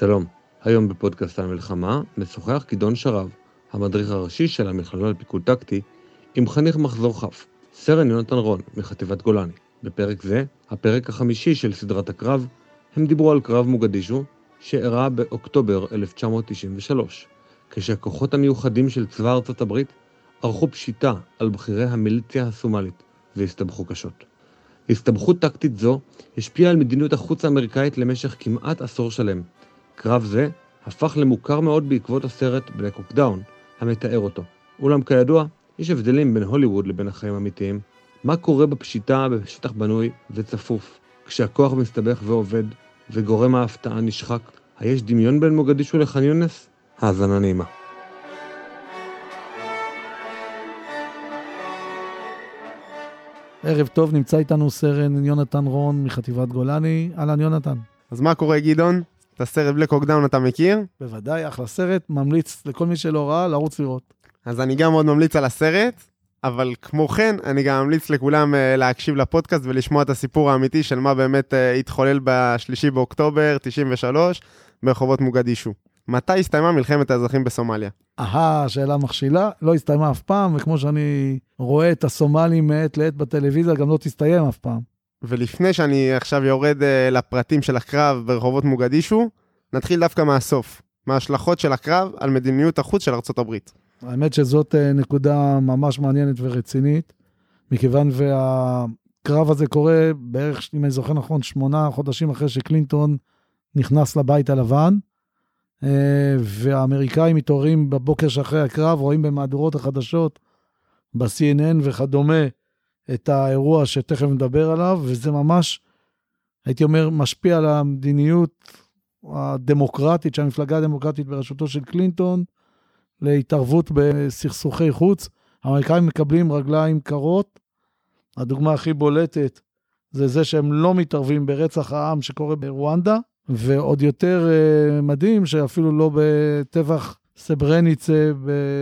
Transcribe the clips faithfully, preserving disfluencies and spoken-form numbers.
שלום, היום בפודקאסט המלחמה משוחח גדעון שרב, המדריך הראשי של המכללה לפיקוד טקטי, עם חניך מחזור כף, סרן יונתן רון מחטיבת גולני. בפרק זה, הפרק החמישי של סדרת הקרב, הם דיברו על קרב מוגדישו שאירע באוקטובר אלף תשע מאות תשעים ושלוש, כשהכוחות המיוחדים של צבא ארצות הברית ערכו פשיטה על בכירי המיליציה הסומלית והסתבכו קשות. הסתבכות טקטית זו השפיעה על מדיניות החוץ האמריקאית למשך כמעט עשור שלם. קרב זה הפך למוכר מאוד בעקבות הסרט בלק הוק דאון, המתאר אותו. אולם כידוע, יש הבדלים בין הוליווד לבין החיים האמיתיים. מה קורה בפשיטה בשטח בנוי וצפוף, כשהכוח מסתבך ועובד וגורם ההפתעה נשחק? היש דמיון בין מוגדישו לח'אן יונס? האזנה נעימה. ערב טוב, נמצא איתנו סרן יונתן רון מחטיבת גולני. אהלן יונתן. אז מה קורה גדעון? את הסרט בלק הוק דאון אתה מכיר? בוודאי, אחלה סרט, ממליץ לכל מי שלא ראה לרוץ לראות. אז אני גם מאוד ממליץ על הסרט, אבל כמו כן אני גם ממליץ לכולם להקשיב לפודקאסט ולשמוע את הסיפור האמיתי של מה באמת התחולל בשלישי באוקטובר תשעים ושלוש ברחובות מוגדישו. מתי הסתיימה מלחמת האזרחים בסומליה? אהה, שאלה מכשילה, לא הסתיימה אף פעם, וכמו שאני רואה את הסומלים מעת לעת בטלוויזיה, גם לא תסתיים אף פעם. ולפני שאני עכשיו יורד uh, לפרטים של הקרב ברחובות מוגדישו, נתחיל דווקא מהסוף, מההשלכות של הקרב על מדיניות החוץ של ארצות הברית. האמת שזאת uh, נקודה ממש מעניינת ורצינית, מכיוון והקרב הזה קורה בערך, אם אני זוכר נכון, שמונה חודשים אחרי שקלינטון נכנס לבית הלבן, uh, והאמריקאים מתעוררים בבוקר שאחרי הקרב, רואים במהדורות החדשות, ב-סי אן אן וכדומה, את האירוע שתכף נדבר עליו, וזה ממש, הייתי אומר, משפיע על המדיניות הדמוקרטית, שהמפלגה הדמוקרטית בראשותו של קלינטון, להתערבות בסכסוכי חוץ. האמריקאים מקבלים רגליים קרות, הדוגמה הכי בולטת, זה זה שהם לא מתערבים ברצח העם שקורה ברואנדה, ועוד יותר מדהים, שאפילו לא בטבח סברניצה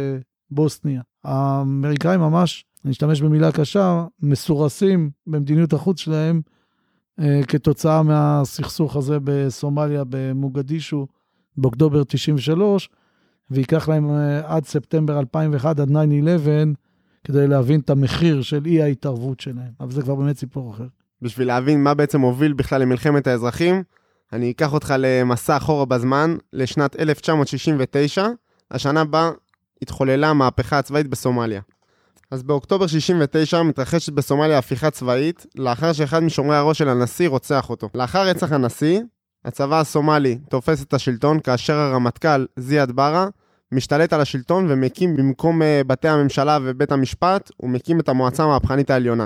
בבוסניה. האמריקאים ממש, אני אשתמש במילה קשה, מסורסים במדיניות החוץ שלהם, אה, כתוצאה מהסכסוך הזה בסומליה, במוגדישו, באוקטובר תשעים ושלוש, ויקח להם אה, עד ספטמבר אלפיים ואחת, עד תשע אחת עשרה, כדי להבין את המחיר של אי ההתערבות שלהם. אבל זה כבר באמת סיפור אחר. בשביל להבין מה בעצם הוביל בכלל למלחמת האזרחים, אני אקח אותך למסע אחורה בזמן, לשנת אלף תשע מאות שישים ותשע, השנה בה התחוללה המהפכה הצבאית בסומליה. אז באוקטובר שישים ותשע מתרחשת בסומליה הפיכה צבאית, לאחר שאחד משומרי הראש של הנשיא רוצח אותו. לאחר רצח הנשיא, הצבא הסומלי תופס את השלטון, כאשר הרמטכ"ל זיאד בארה משתלט על השלטון ומקים במקום בתי הממשלה ובית המשפט, הוא מקים את המועצה המהפכנית העליונה.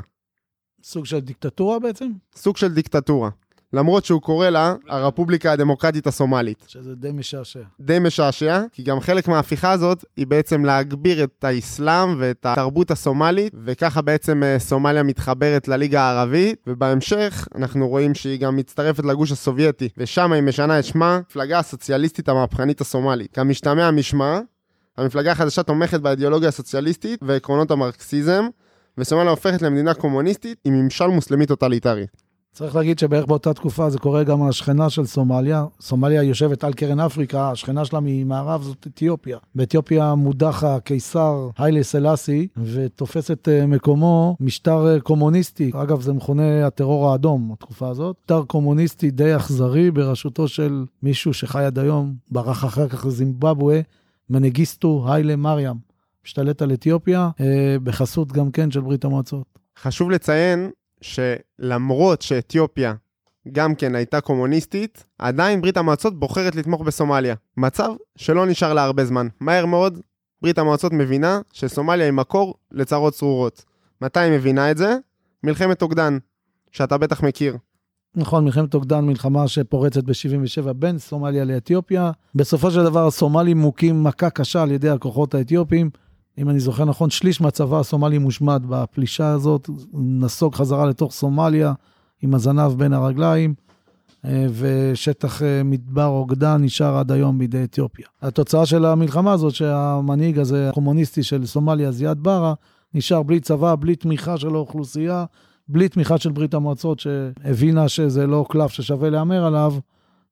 סוג של דיקטטורה בעצם? סוג של דיקטטורה. למרות שהוא קורא לה הרפובליקה הדמוקרטית הסומלית. שזה די משעשע. די משעשע, כי גם חלק מההפיכה הזאת היא בעצם להגביר את האסלאם ואת התרבות הסומלית, וככה בעצם סומליה מתחברת לליגה הערבית, ובהמשך אנחנו רואים שהיא גם מצטרפת לגוש הסובייטי, ושם היא משנה את שמה, מפלגה הסוציאליסטית המהפכנית הסומלית. כמשתמע משמה, המפלגה החדשה תומכת באידיאולוגיה הסוציאליסטית ועקרונות המרקסיזם, וסומליה הופכת למדינה קומוניסטית עם ממשל מוסלמי טוטליטרי. צריך להגיד שבערך באותה תקופה זה קורה גם על השכנה של סומליה. סומליה יושבת על קרן אפריקה, השכנה שלה ממערב זאת אתיופיה. באתיופיה מודח הקיסר היילה סלאסי, ותופס את מקומו משטר קומוניסטי. אגב, זה מכונה הטרור האדום, התקופה הזאת. משטר קומוניסטי די אכזרי בראשותו של מישהו שחי עד היום, ברח אחר כך לזימבבואה, מנגיסטו היילה מריאם. משתלט על אתיופיה, בחסות גם כן של ברית המועצות. חשוב לציין שלמרות שאתיופיה גם כן הייתה קומוניסטית, עדיין ברית המועצות בוחרת לתמוך בסומליה. מצב שלא נשאר לה הרבה זמן. מהר מאוד, ברית המועצות מבינה שסומליה היא מקור לצרות צרורות. מתי היא מבינה את זה? מלחמת אוגדן, שאתה בטח מכיר. נכון, מלחמת אוגדן, מלחמה שפורצת ב-שבעים ושבע בין סומליה לאתיופיה. בסופו של דבר, הסומלים מוכים מכה קשה על ידי הכוחות האתיופיים, אם אני זוכר נכון, שליש מהצבא הסומלי מושמד בפלישה הזאת, נסוג חזרה לתוך סומליה, עם הזנב בין הרגליים, ושטח מדבר אוגדן נשאר עד היום בידי אתיופיה. התוצאה של המלחמה הזאת, שהמנהיג הזה, הקומוניסטי של סומליה, זיאד בארה, נשאר בלי צבא, בלי תמיכה של האוכלוסייה, בלי תמיכה של ברית המועצות, שהבינה שזה לא קלף ששווה לאמר עליו,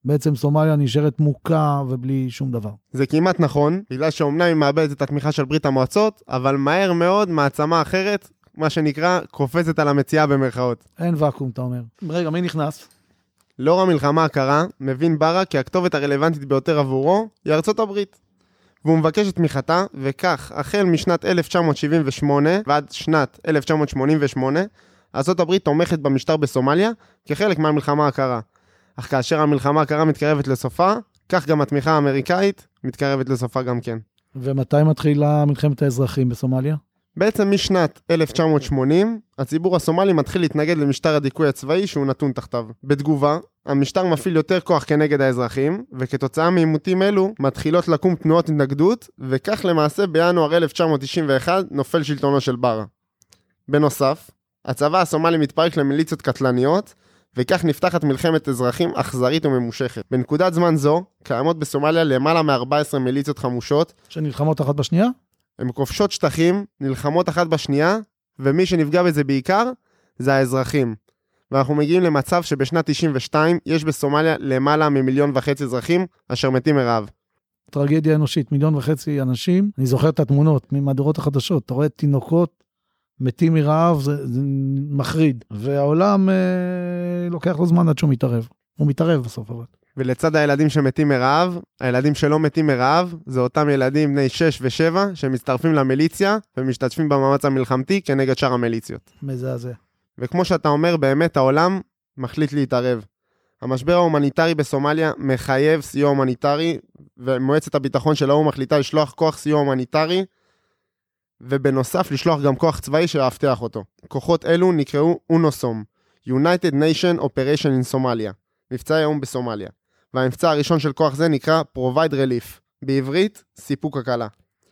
בעצם סומליה נשארת מוקה ובלי שום דבר. זה כמעט נכון, בגלל שאומנם היא מאבדת את התמיכה של ברית המועצות, אבל מהר מאוד מעצמה אחרת, מה שנקרא, קופצת על המציאה במרכאות. אין ואקום, אתה אומר. רגע, מי נכנס? לאור המלחמה הקרה, מבין ברה כי הכתובת הרלוונטית ביותר עבורו היא ארצות הברית. והוא מבקש את תמיכתה, וכך, החל משנת אלף תשע מאות שבעים ושמונה ועד שנת אלף תשע מאות שמונים ושמונה, ארצות הברית תומכת במשטר בסומליה כחלק מהמלחמה הקרה. אך כאשר המלחמה הקרה מתקרבת לסופה, כך גם התמיכה האמריקאית מתקרבת לסופה גם כן. ומתי מתחילה מלחמת האזרחים בסומליה? בעצם משנת אלף תשע מאות שמונים, הציבור הסומלי מתחיל להתנגד למשטר הדיכוי הצבאי שהוא נתון תחתיו. בתגובה, המשטר מפעיל יותר כוח כנגד האזרחים, וכתוצאה מעימותים אלו מתחילות לקום תנועות התנגדות, וכך למעשה בינואר אלף תשע מאות תשעים ואחת נופל שלטונו של ברה. בנוסף, הצבא הסומלי מתפרק למיליציות קטלניות, וכך נפתחת מלחמת אזרחים אכזרית וממושכת. בנקודת זמן זו, קיימות בסומליה למעלה מ-ארבע עשרה מיליציות חמושות, שנלחמות אחת בשנייה? הן כובשות שטחים, נלחמות אחת בשנייה, ומי שנפגע בזה בעיקר, זה האזרחים. ואנחנו מגיעים למצב שבשנת תשעים ושתיים, יש בסומליה למעלה ממיליון וחצי אזרחים, אשר מתים מרעב. טרגדיה אנושית, מיליון וחצי אנשים. אני זוכר את התמונות ממהדורות החדשות. אתה רואה תינוקות, מתים מרעב, זה, זה מחריד. והעולם אה, לוקח לו זמן עד שהוא מתערב. הוא מתערב בסוף אבל. ולצד הילדים שמתים מרעב, הילדים שלא מתים מרעב, זה אותם ילדים בני שש ושבע, שמצטרפים למיליציה, ומשתתפים במאמץ המלחמתי כנגד שאר המיליציות. מזעזע. וכמו שאתה אומר, באמת העולם מחליט להתערב. המשבר ההומניטרי בסומליה מחייב סיוע הומניטרי, ומועצת הביטחון של האו"ם מחליטה לשלוח כוח סיוע הומניטרי, ובנוסף לשלוח גם כוח צבאי שיאבטח אותו. כוחות אלו נקראו אונוסום, United Nation Operation in Somalia, מבצע האו"ם בסומליה. והמבצע הראשון של כוח זה נקרא Provide Relief, בעברית סיפוק הקלה.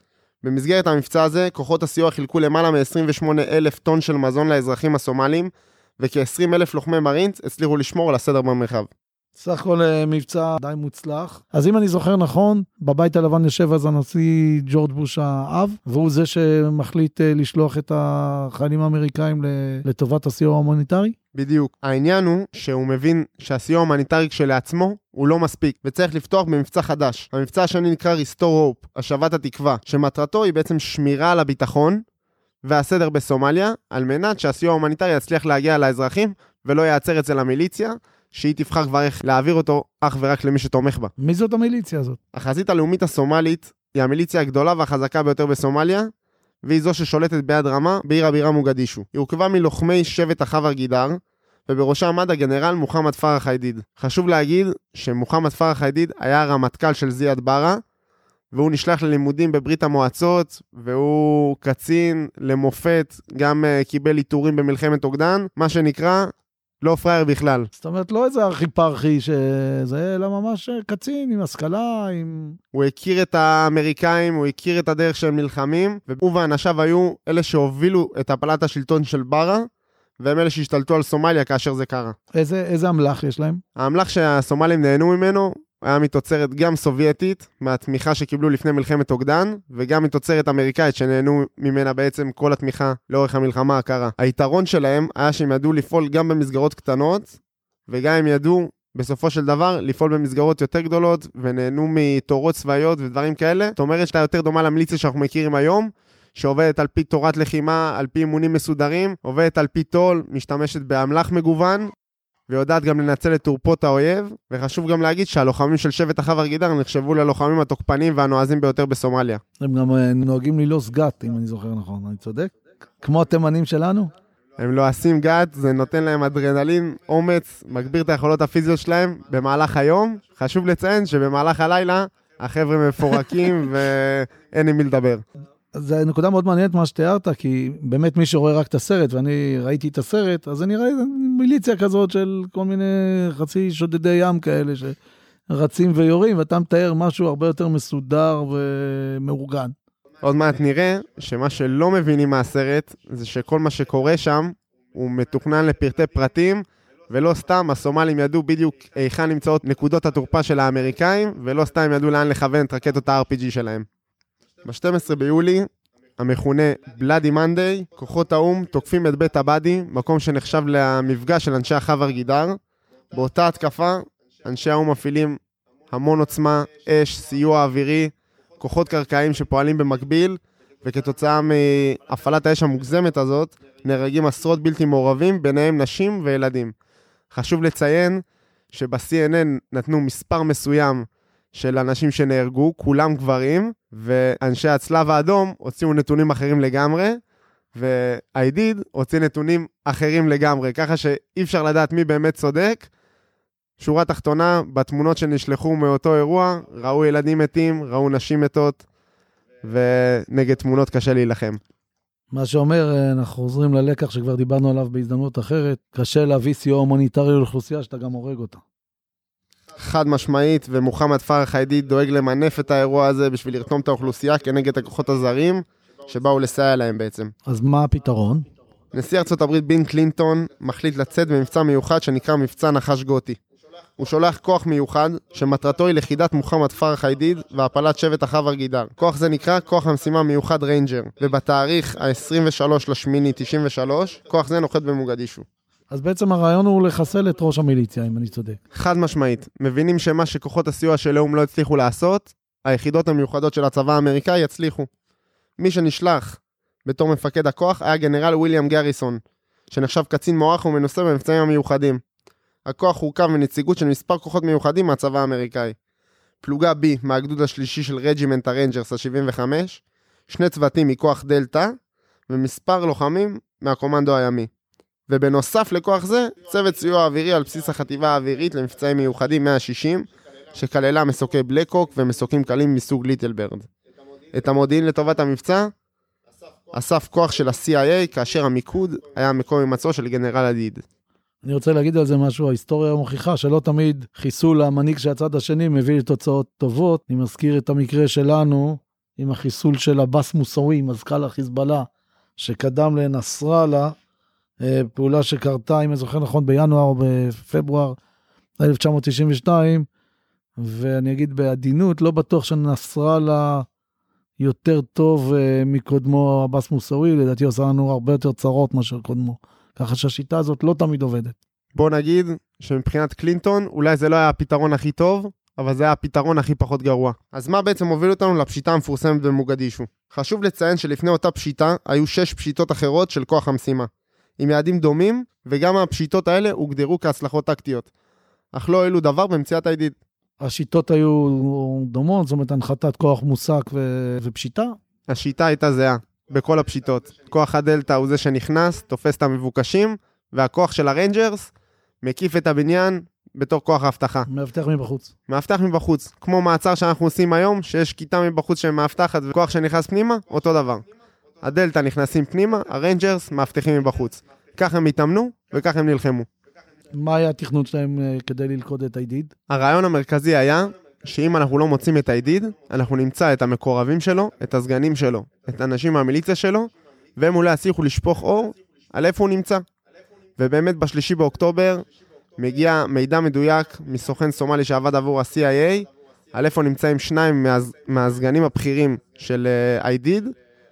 במסגרת המבצע הזה, כוחות הסיוע חילקו למעלה מ-עשרים ושמונה אלף טון של מזון לאזרחים הסומליים, וכ-עשרים אלף לוחמי מרינס הצליחו לשמור על הסדר במרחב. סך הכל מבצע די מוצלח. אז אם אני זוכר נכון, בבית הלבן יושב אז הנשיא ג'ורג' בוש האב, והוא זה שמחליט לשלוח את החיילים האמריקאים לטובת הסיוע ההומניטרי? בדיוק. העניין הוא שהוא מבין שהסיוע ההומניטרי כשלעצמו הוא לא מספיק, וצריך לפתוח במבצע חדש. המבצע השני נקרא Restore Hope, השבת התקווה, שמטרתו היא בעצם שמירה על הביטחון והסדר בסומליה, על מנת שהסיוע ההומניטרי יצליח להגיע לאזרחים, ולא ייעצר אצל המיליציה, שהיא תבחר כבר איך להעביר אותו אך ורק למי שתומך בה. מי זאת המיליציה הזאת? החזית הלאומית הסומלית היא המיליציה הגדולה והחזקה ביותר בסומליה, והיא זו ששולטת ביד רמה בעיר הבירה מוגדישו. היא הורכבה מלוחמי שבט החבר גידר, ובראשה עמד הגנרל מוחמד פרח חיידיד. חשוב להגיד שמוחמד פרח חיידיד היה הרמטכ"ל של זיאד ברה, והוא נשלח ללימודים בברית המועצות, והוא קצין למופת, גם uh, קיבל איתורים במלחמת אוגדן, מה שנקרא לא פרייר בכלל. זאת אומרת, לא איזה ארכי פרחי שזה, אלא ממש קצין עם השכלה, עם... הוא הכיר את האמריקאים, הוא הכיר את הדרך שהם נלחמים, והוא ואנשיו היו אלה שהובילו את הפלת השלטון של ברה, והם אלה שהשתלטו על סומליה כאשר זה קרה. איזה, איזה המלח יש להם? המלח שהסומלים נהנו ממנו, היה מתוצרת גם סובייטית, מהתמיכה שקיבלו לפני מלחמת אוגדן, וגם מתוצרת אמריקאית שנהנו ממנה בעצם כל התמיכה לאורך המלחמה הקרה. היתרון שלהם היה שהם ידעו לפעול גם במסגרות קטנות, וגם הם ידעו בסופו של דבר לפעול במסגרות יותר גדולות, ונהנו מתורות צבאיות ודברים כאלה. זאת אומרת שאתה יותר דומה למיליציה שאנחנו מכירים היום, שעובדת על פי תורת לחימה, על פי אימונים מסודרים, עובדת על פי תול, משתמשת באמל"ח מגוון, ויודעת גם לנצל את תורפות האויב, וחשוב גם להגיד שהלוחמים של שבט החבר גידר נחשבו ללוחמים התוקפנים והנועזים ביותר בסומליה. הם גם נוהגים ללעוס גת, אם אני זוכר נכון, אני צודק? כמו התימנים שלנו? הם לועסים גת, זה נותן להם אדרנלין, אומץ, מגביר את היכולות הפיזיות שלהם במהלך היום. חשוב לציין שבמהלך הלילה החבר'ה מפורקים ואין עם מי לדבר. זה נקודה מאוד מעניינת מה שתיארת, כי באמת מי שרואה רק את הסרט, ואני ראיתי את הסרט, אז אני ראיתי מיליציה כזאת של כל מיני חצי שודדי ים כאלה, שרצים ויורים, ואתה מתאר משהו הרבה יותר מסודר ומאורגן. עוד מעט נראה שמה שלא מבינים מהסרט, זה שכל מה שקורה שם, הוא מתוכנן לפרטי פרטים, ולא סתם הסומלים ידעו בדיוק היכן נמצאות נקודות התורפה של האמריקאים, ולא סתם ידעו לאן לכוון את רקטות ה-אר פי ג'י שלהם. ב-שנים עשר ביולי, המכונה בלאדי מנדיי, כוחות האום תוקפים את בית הבאדי, מקום שנחשב למפגש של אנשי החבר גידר. באותה התקפה, אנשי האום מפעילים המון עוצמה, אש, סיוע אווירי, כוחות קרקעיים שפועלים במקביל, וכתוצאה מהפעלת האש המוגזמת הזאת, נהרגים עשרות בלתי מעורבים, ביניהם נשים וילדים. חשוב לציין שב-סי אן אן נתנו מספר מסוים של אנשים שנהרגו, כולם גברים, ואנשי הצלב האדום הוציאו נתונים אחרים לגמרי, והידיד הוציא נתונים אחרים לגמרי, ככה שאי אפשר לדעת מי באמת צודק. שורה תחתונה, בתמונות שנשלחו מאותו אירוע, ראו ילדים מתים, ראו נשים מתות, ונגד תמונות קשה להילחם. מה שאומר, אנחנו חוזרים ללקח שכבר דיברנו עליו בהזדמנות אחרת, קשה להביא סיוע הומניטרי לאוכלוסייה שאתה גם הורג אותה. חד משמעית, ומוחמד פרח הידיד דואג למנף את האירוע הזה בשביל לרתום את האוכלוסייה כנגד הכוחות הזרים שבאו לסייע להם בעצם. אז מה הפתרון? נשיא ארצות הברית ביל קלינטון מחליט לצאת במבצע מיוחד שנקרא מבצע נחש גותי. הוא שולח כוח מיוחד שמטרתו היא לכידת מוחמד פרח הידיד והפלת שבט החבר גידר. כוח זה נקרא כוח המשימה מיוחד ריינג'ר, ובתאריך ה-עשרים ושלושה לאוגוסט תשעים ושלוש כוח זה נוחת במוגדישו. אז בעצם הרעיון הוא לחסל את ראש המיליציה, אם אני צודק. חד משמעית. מבינים שמה שכוחות הסיוע של האום לא הצליחו לעשות, היחידות המיוחדות של הצבא האמריקאי יצליחו. מי שנשלח בתור מפקד הכוח היה גנרל וויליאם גריסון, שנחשב קצין מוערך ומנוסה במבצעים המיוחדים. הכוח הורכב מנציגות של מספר כוחות מיוחדים מהצבא האמריקאי. פלוגה B מהגדוד השלישי של רג'ימנט הריינג'רס ה-שבעים וחמש, שני צוותים מכוח דלטה, ומספר לוחמים מהקומנדו הימי. ובנוסף לכוח זה, צוות סיוע אווירי על בסיס החטיבה האווירית למבצעים מיוחדים מאה שישים, שכללה מסוקי בלקוק ומסוקים קלים מסוג ליטל ברד. את המודיעין לטובת המבצע, אסף כוח של ה-סי איי איי, כאשר המיקוד היה מקום הימצאו של גנרל הידיד. אני רוצה להגיד על זה משהו, ההיסטוריה מוכיחה שלא תמיד חיסול המנהיג שהצד השני מביא לתוצאות טובות. אני מזכיר את המקרה שלנו עם החיסול של עבאס מוסאווי, מזכ"ל החיזבאללה, שקדם לנסראללה, פעולה שקרתה, אם אני זוכר נכון, בינואר או בפברואר אלף תשע מאות תשעים ושתיים, ואני אגיד בעדינות, לא בטוח שנסראללה יותר טוב מקודמו עבאס מוסאווי, לדעתי עושה לנו הרבה יותר צרות מאשר קודמו. ככה שהשיטה הזאת לא תמיד עובדת. בוא נגיד שמבחינת קלינטון, אולי זה לא היה הפתרון הכי טוב, אבל זה היה הפתרון הכי פחות גרוע. אז מה בעצם הוביל אותנו לפשיטה המפורסמת במוגדישו? חשוב לציין שלפני אותה פשיטה, היו שש פשיטות אחרות של כוח המשימה, עם יעדים דומים, וגם הפשיטות האלה הוגדרו כהצלחות טקטיות. אך לא העלו דבר במציאת הידיד. השיטות היו דומות, זאת אומרת, הנחתת כוח מוסק ו... ופשיטה? השיטה הייתה זהה. בכל הפשיטות. כוח הדלטה הוא זה שנכנס, תופס את המבוקשים, והכוח של הריינג'רס מקיף את הבניין בתור כוח ההבטחה. מאבטח מבחוץ. מאבטח מבחוץ. כמו מעצר שאנחנו עושים היום, שיש כיתה מבחוץ שמאבטחת וכוח שנכנס פנימה, אותו דבר. הדלטה נכנסים פנימה, הריינג'רס מאבטחים מבחוץ. כך הם התאמנו וכך הם נלחמו. מה היה התכנות שלהם כדי ללכוד את הידיד? הרעיון המרכזי היה שאם אנחנו לא מוצאים את הידיד, אנחנו נמצא את המקורבים שלו, את הסגנים שלו, את האנשים מהמיליציה שלו, והם אולי יצליחו לשפוך אור על איפה הוא נמצא. ובאמת בשלישי באוקטובר מגיע מידע מדויק מסוכן סומלי שעבד עבור ה-סי איי איי, על איפה נמצאים שניים מהז... מהסגנים הבכירים של הידיד,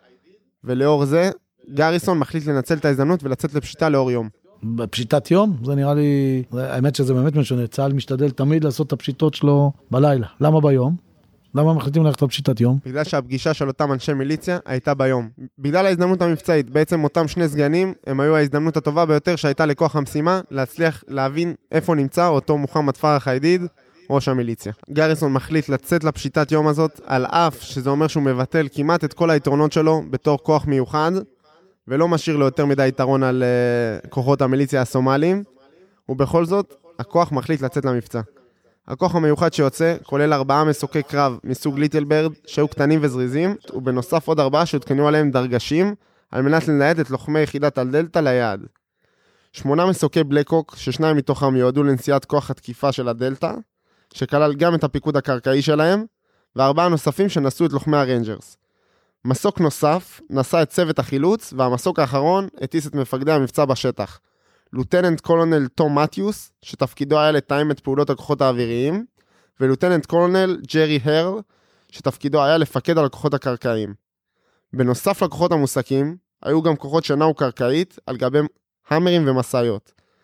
ולאור זה גריסון מחליט לנצל את ההזדמנות ולצאת לפשיטה לאור יום. בפשיטת יום? זה נראה לי, האמת שזה באמת משונה, צה"ל משתדל תמיד לעשות את הפשיטות שלו בלילה. למה ביום? למה מחליטים ללכת לפשיטת יום? בגלל שהפגישה של אותם אנשי מיליציה הייתה ביום. בגלל ההזדמנות המבצעית, בעצם אותם שני סגנים, הם היו ההזדמנות הטובה ביותר שהייתה לכוח המשימה, להצליח להבין איפה נמצא אותו מוחמד פרח הידיד, ראש המיליציה. גריסון מחליט לצאת לפשיטת יום הזאת, על אף שזה אומר שהוא מבטל כמעט את כל היתרונות שלו בתור כוח מיוחד, ולא משאיר לו יותר מדי יתרון על uh, כוחות המיליציה הסומליים, ובכל זאת, הכוח מחליט לצאת למבצע. הכוח המיוחד שיוצא כולל ארבעה מסוקי קרב מסוג ליטל ברד, שהיו קטנים וזריזים, ובנוסף עוד ארבעה שהותקנו עליהם דרגשים, על מנת לנייד את לוחמי יחידת על דלטה ליעד. שמונה מסוקי בלקוק, ששניים מתוכם יועדו לנסיעת כוח התקיפה של הדלטה, שכלל גם את הפיקוד הקרקעי שלהם, וארבעה נוספים שנשאו את לוחמי הריינג'רס. מסוק נוסף נשא את צוות החילוץ, והמסוק האחרון הטיס את מפקדי המבצע בשטח. לוטננט קולונל תום מתיוס, שתפקידו היה לתאם את פעולות הכוחות האוויריים, ולוטננט קולונל ג'רי הרל, שתפקידו היה לפקד על הכוחות הקרקעיים. בנוסף לכוחות המוסקים, היו גם כוחות שנעו קרקעית על גבי המרים ומסעיות.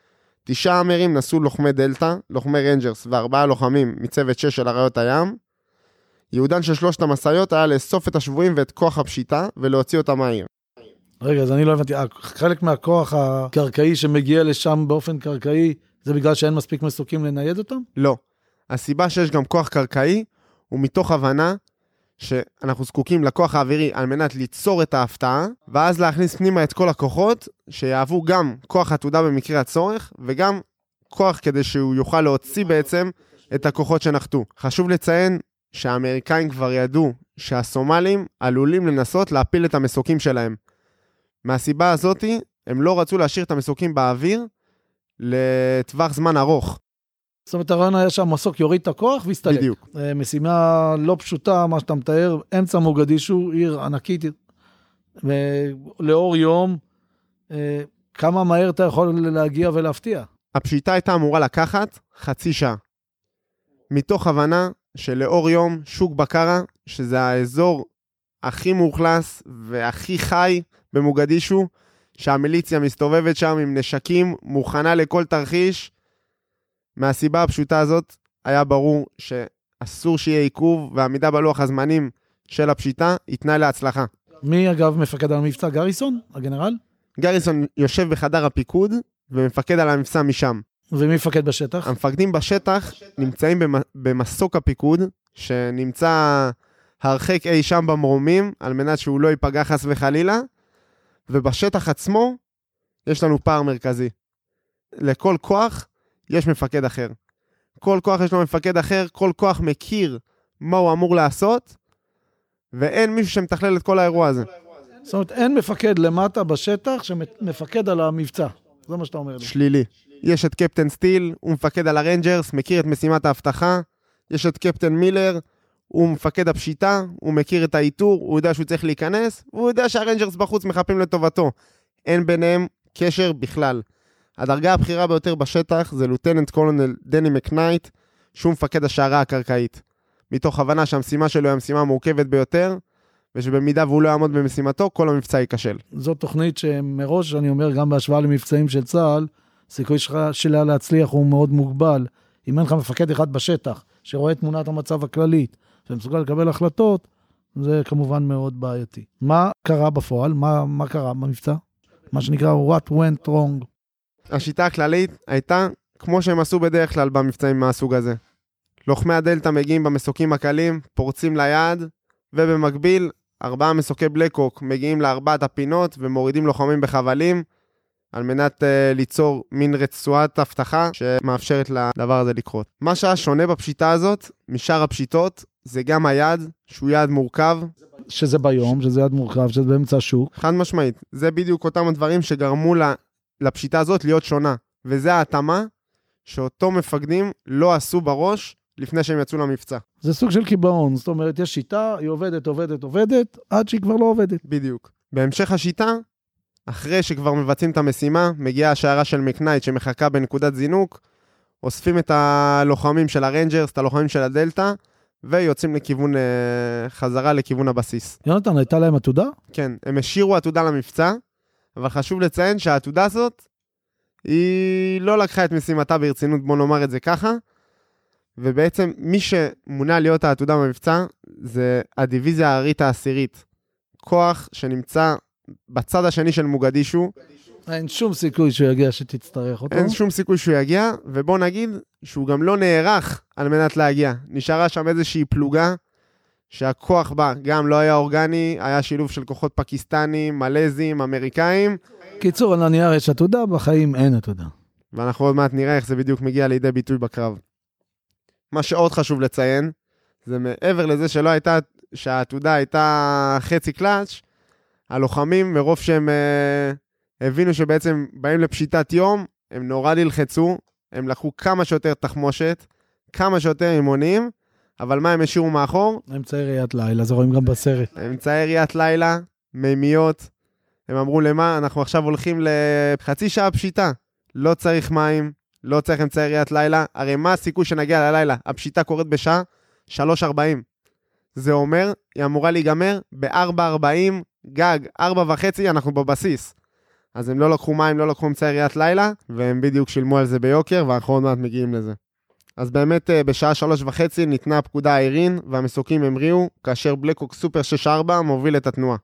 תשעה אמרים נסו לוחמי דלטה, לוחמי רנג'רס וארבעה לוחמים מצוות שש של אריות הים. יהודן של שלושת המשאיות היה לאסוף את השבויים ואת כוח הפשיטה ולהוציא אותם מהעיר. רגע, אז אני לא הבנתי, חלק מהכוח הקרקעי שמגיע לשם באופן קרקעי, זה בגלל שאין מספיק מסוקים לנייד אותם? לא. הסיבה שיש גם כוח קרקעי, הוא מתוך הבנה שאנחנו זקוקים לכוח האווירי על מנת ליצור את ההפתעה, ואז להכניס פנימה את כל הכוחות, שיעבו גם כוח עתודה במקרה הצורך, וגם כוח כדי שהוא יוכל להוציא בעצם את הכוחות שנחתו. חשוב לציין שהאמריקאים כבר ידעו שהסומלים עלולים לנסות להפיל את המסוקים שלהם. מהסיבה הזאת, הם לא רצו להשאיר את המסוקים באוויר לטווח זמן ארוך. זאת אומרת, הרעיון היה שהמסוק יוריד את הכוח ויסתלק. בדיוק. משימה לא פשוטה, מה שאתה מתאר, אמצע מוגדישו, עיר ענקית, ולאור יום, כמה מהר אתה יכול להגיע ולהפתיע? הפשיטה הייתה אמורה לקחת חצי שעה. מתוך הבנה שלאור יום, שוק בקרה, שזה האזור הכי מאוכלס והכי חי במוגדישו, שהמיליציה מסתובבת שם עם נשקים, מוכנה לכל תרחיש. מהסיבה הפשוטה הזאת היה ברור שאסור שיהיה עיכוב, ועמידה בלוח הזמנים של הפשיטה יתנאי להצלחה. מי אגב מפקד על המבצע? גריסון, הגנרל? גריסון יושב בחדר הפיקוד ומפקד על המבצע משם. ומי מפקד בשטח? המפקדים בשטח נמצאים במסוק הפיקוד, שנמצא הרחק אי שם במרומים, על מנת שהוא לא ייפגע חס וחלילה, ובשטח עצמו יש לנו פער מרכזי. לכל כוח יש מפקד אחר. כל כוח יש לו מפקד אחר, כל כוח מכיר מה הוא אמור לעשות, ואין מישהו שמתכלל את כל האירוע הזה. זאת אומרת, אין מפקד למטה בשטח שמפקד על המבצע. זה מה שאתה אומר לי. שלילי. יש את קפטן סטיל, הוא מפקד על הרנג'רס, מכיר את משימת ההבטחה. יש את קפטן מילר, הוא מפקד הפשיטה, הוא מכיר את האיתור, הוא יודע שהוא צריך להיכנס, והוא יודע שהרנג'רס בחוץ מחפים לטובתו. אין ביניהם קשר בכלל. הדרגה הבכירה ביותר בשטח זה לוטננט קולונל דני מקנייט, שהוא מפקד השערה הקרקעית. מתוך הבנה שהמשימה שלו היא המשימה המורכבת ביותר, ושבמידה והוא לא יעמוד במשימתו, כל המבצע ייכשל. זו תוכנית שמראש, אני אומר, גם בהשוואה למבצעים של צה"ל, סיכוי שלה להצליח הוא מאוד מוגבל. אם אין לך מפקד אחד בשטח, שרואה את תמונת המצב הכללית, ומסוגל לקבל החלטות, זה כמובן מאוד בעייתי. מה קרה בפועל? מה, מה קרה במבצע? מה שנקרא, what went wrong? השיטה הכללית הייתה, כמו שהם עשו בדרך כלל במבצעים מהסוג הזה. לוחמי הדלטה מגיעים במסוקים הקלים, פורצים ליעד, ובמקביל, ארבעה מסוקי בלקוק מגיעים לארבעת הפינות, ומורידים לוחמים בחבלים, על מנת uh, ליצור מין רצועת הבטחה, שמאפשרת לדבר הזה לקרות. מה שהיה שונה בפשיטה הזאת, משאר הפשיטות, זה גם היעד, שהוא יעד מורכב. שזה ביום, שזה יעד מורכב, שזה באמצע השוק. חד משמעית. זה בדיוק אותם הדברים שגרמו לה, לפשיטה הזאת להיות שונה. וזה ההתאמה שאותו מפקדים לא עשו בראש לפני שהם יצאו למבצע. זה סוג של קיבעון, זאת אומרת, יש שיטה, היא עובדת, עובדת, עובדת, עד שהיא כבר לא עובדת. בדיוק. בהמשך השיטה, אחרי שכבר מבצעים את המשימה, מגיעה השיירה של מקנייט שמחכה בנקודת זינוק, אוספים את הלוחמים של הרנג'רס, את הלוחמים של הדלטה, ויוצאים לכיוון, חזרה לכיוון הבסיס. יונתן, הייתה להם עתודה? כן, הם השאירו עתודה למבצע, אבל חשוב לציין שהעתודה הזאת, היא לא לקחה את משימתה ברצינות, בוא נאמר את זה ככה, ובעצם מי שמונה להיות העתודה במבצע, זה הדיוויזיה הערית העשירית. כוח שנמצא בצד השני של מוגדישו. אין שום סיכוי שהוא יגיע שתצטרך אותו. אין שום סיכוי שהוא יגיע, ובוא נגיד שהוא גם לא נערך על מנת להגיע. נשארה שם איזושהי פלוגה, שהכוח בה גם לא היה אורגני, היה שילוב של כוחות פקיסטנים, מלזים, אמריקאים. קיצור, על הנייר יש עתודה, בחיים אין עתודה. ואנחנו עוד מעט נראה איך זה בדיוק מגיע לידי ביטוי בקרב. מה שעוד חשוב לציין, זה מעבר לזה שלא הייתה, שהעתודה הייתה חצי קלאץ', הלוחמים, מרוב שהם אה, הבינו שבעצם באים לפשיטת יום, הם נורא נלחצו, הם לקחו כמה שיותר תחמושת, כמה שיותר אימונים, אבל מה הם השאירו מאחור? אמצעי ראיית לילה, זה רואים גם בסרט. אמצעי ראיית לילה, מימיות, הם אמרו למה, אנחנו עכשיו הולכים לחצי שעה פשיטה, לא צריך מים, לא צריך אמצעי ראיית לילה, הרי מה הסיכוי שנגיע ללילה? הפשיטה קורית בשעה שלוש ארבעים. זה אומר, היא אמורה להיגמר ב-ארבע ארבעים, גג, ארבע וחצי, אנחנו בבסיס. אז הם לא לקחו מים, לא לקחו אמצעי ראיית לילה, והם בדיוק שילמו על זה ביוקר, ואנחנו עוד מעט מגיעים לזה. אז באמת בשעה שלוש וחצי ניתנה הפקודה האירין, והמסוקים המריאו, כאשר בלקוק סופר שש ארבע מוביל את התנועה.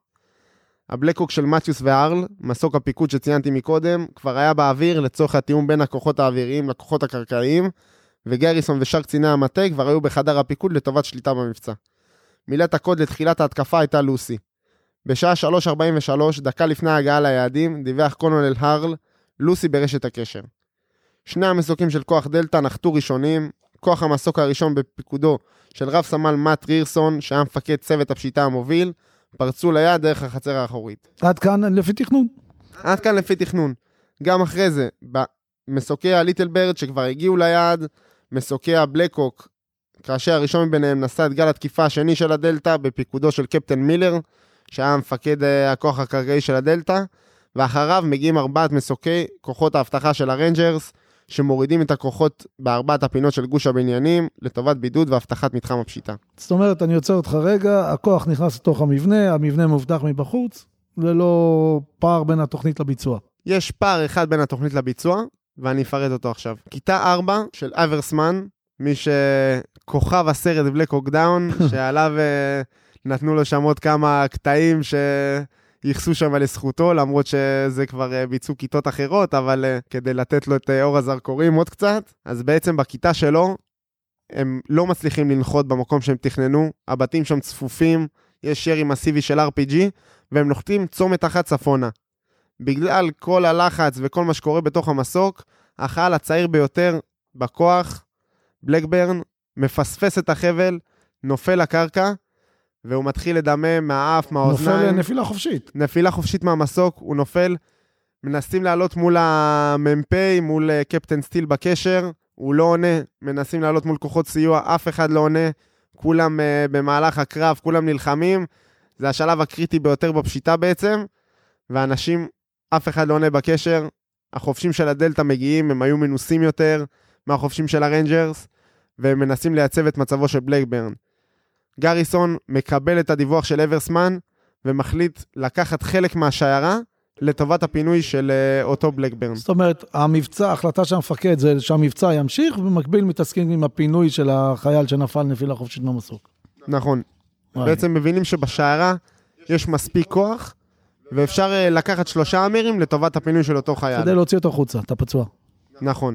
הבלקוק של מתיוס וארל, מסוק הפיקוד שציינתי מקודם, כבר היה באוויר לצורך התיאום בין הכוחות האוויריים לכוחות הקרקעיים, וגריסון ושאר קציני המטה כבר היו בחדר הפיקוד לטובת שליטה במבצע. מילת הקוד לתחילת ההתקפה הייתה לוסי. בשעה שלוש ארבעים ושלוש, דקה לפני ההגעה ליעדים, דיווח קולונל הרל, לוסי ברשת הקשר. שני המסוקים של כוח דלטה נחתו ראשונים, כוח המסוק הראשון בפיקודו של רב סמל מאט רירסון, שהיה מפקד צוות הפשיטה המוביל, פרצו ליד דרך החצר האחורית. עד כאן לפי תכנון. עד כאן לפי תכנון. גם אחרי זה, במסוקי הליטל ברד שכבר הגיעו ליד, מסוקי הבלקוק, כאשר הראשון מביניהם נשא את גל התקיפה השני של הדלטה, בפיקודו של קפטן מילר, שהיה מפקד הכוח הקרקעי של הדלטה, ואחריו מגיעים ארבעת מסוקי כוחות ההבטחה של הרנג'רס, שמורידים את הכוחות בארבעת הפינות של גוש הבניינים, לטובת בידוד והבטחת מתחם הפשיטה. זאת אומרת, אני יוצא אותך רגע, הכוח נכנס לתוך המבנה, המבנה מובטח מבחוץ, ללא פער בין התוכנית לביצוע. יש פער אחד בין התוכנית לביצוע, ואני אפרט אותו עכשיו. כיתה ארבע של אברסמן, מי שכוכב הסרט בלק הוק דאון, שעליו נתנו לו שם עוד כמה קטעים שיחסו שם לזכותו, למרות שזה כבר ביצעו כיתות אחרות, אבל כדי לתת לו את אור הזרקורים עוד קצת. אז בעצם בכיתה שלו, הם לא מצליחים לנחות במקום שהם תכננו, הבתים שם צפופים, יש ירי מסיבי של אר פי ג'י, והם נוחתים צומת אחת צפונה. בגלל כל הלחץ וכל מה שקורה בתוך המסוק, החייל הצעיר ביותר בכוח, בלקברן, מפספס את החבל, נופל לקרקע, והוא מתחיל לדמם מהאף, מהאוזניים. נופל נפילה חופשית. נפילה חופשית מהמסוק, הוא נופל, מנסים לעלות מול הממפי, מול קפטן סטיל בקשר, הוא לא עונה, מנסים לעלות מול כוחות סיוע, אף אחד לא עונה, כולם uh, במהלך הקרב, כולם נלחמים, זה השלב הקריטי ביותר בפשיטה בעצם, ואנשים, אף אחד לא עונה בקשר, החופשים של הדלטה מגיעים, הם היו מנוסים יותר מהחופשים של הרנג'רס, והם מנסים לייצב את מצבו של בלקברן. גריסון מקבל את הדיווח של אברסמן, ומחליט לקחת חלק מהשיירה, לטובת הפינוי של uh, אותו בלקברן. זאת אומרת, המבצע, ההחלטה של המפקד זה שהמבצע ימשיך, ובמקביל מתעסקים עם הפינוי של החייל שנפל נפילה חופשית מהמסוק. נכון. בעצם מבינים שבשיירה יש מספיק כוח, ואפשר uh, לקחת שלושה אמירים לטובת הפינוי של אותו חייל. כדי להוציא אותו חוצה, אתה פצוע. נכון.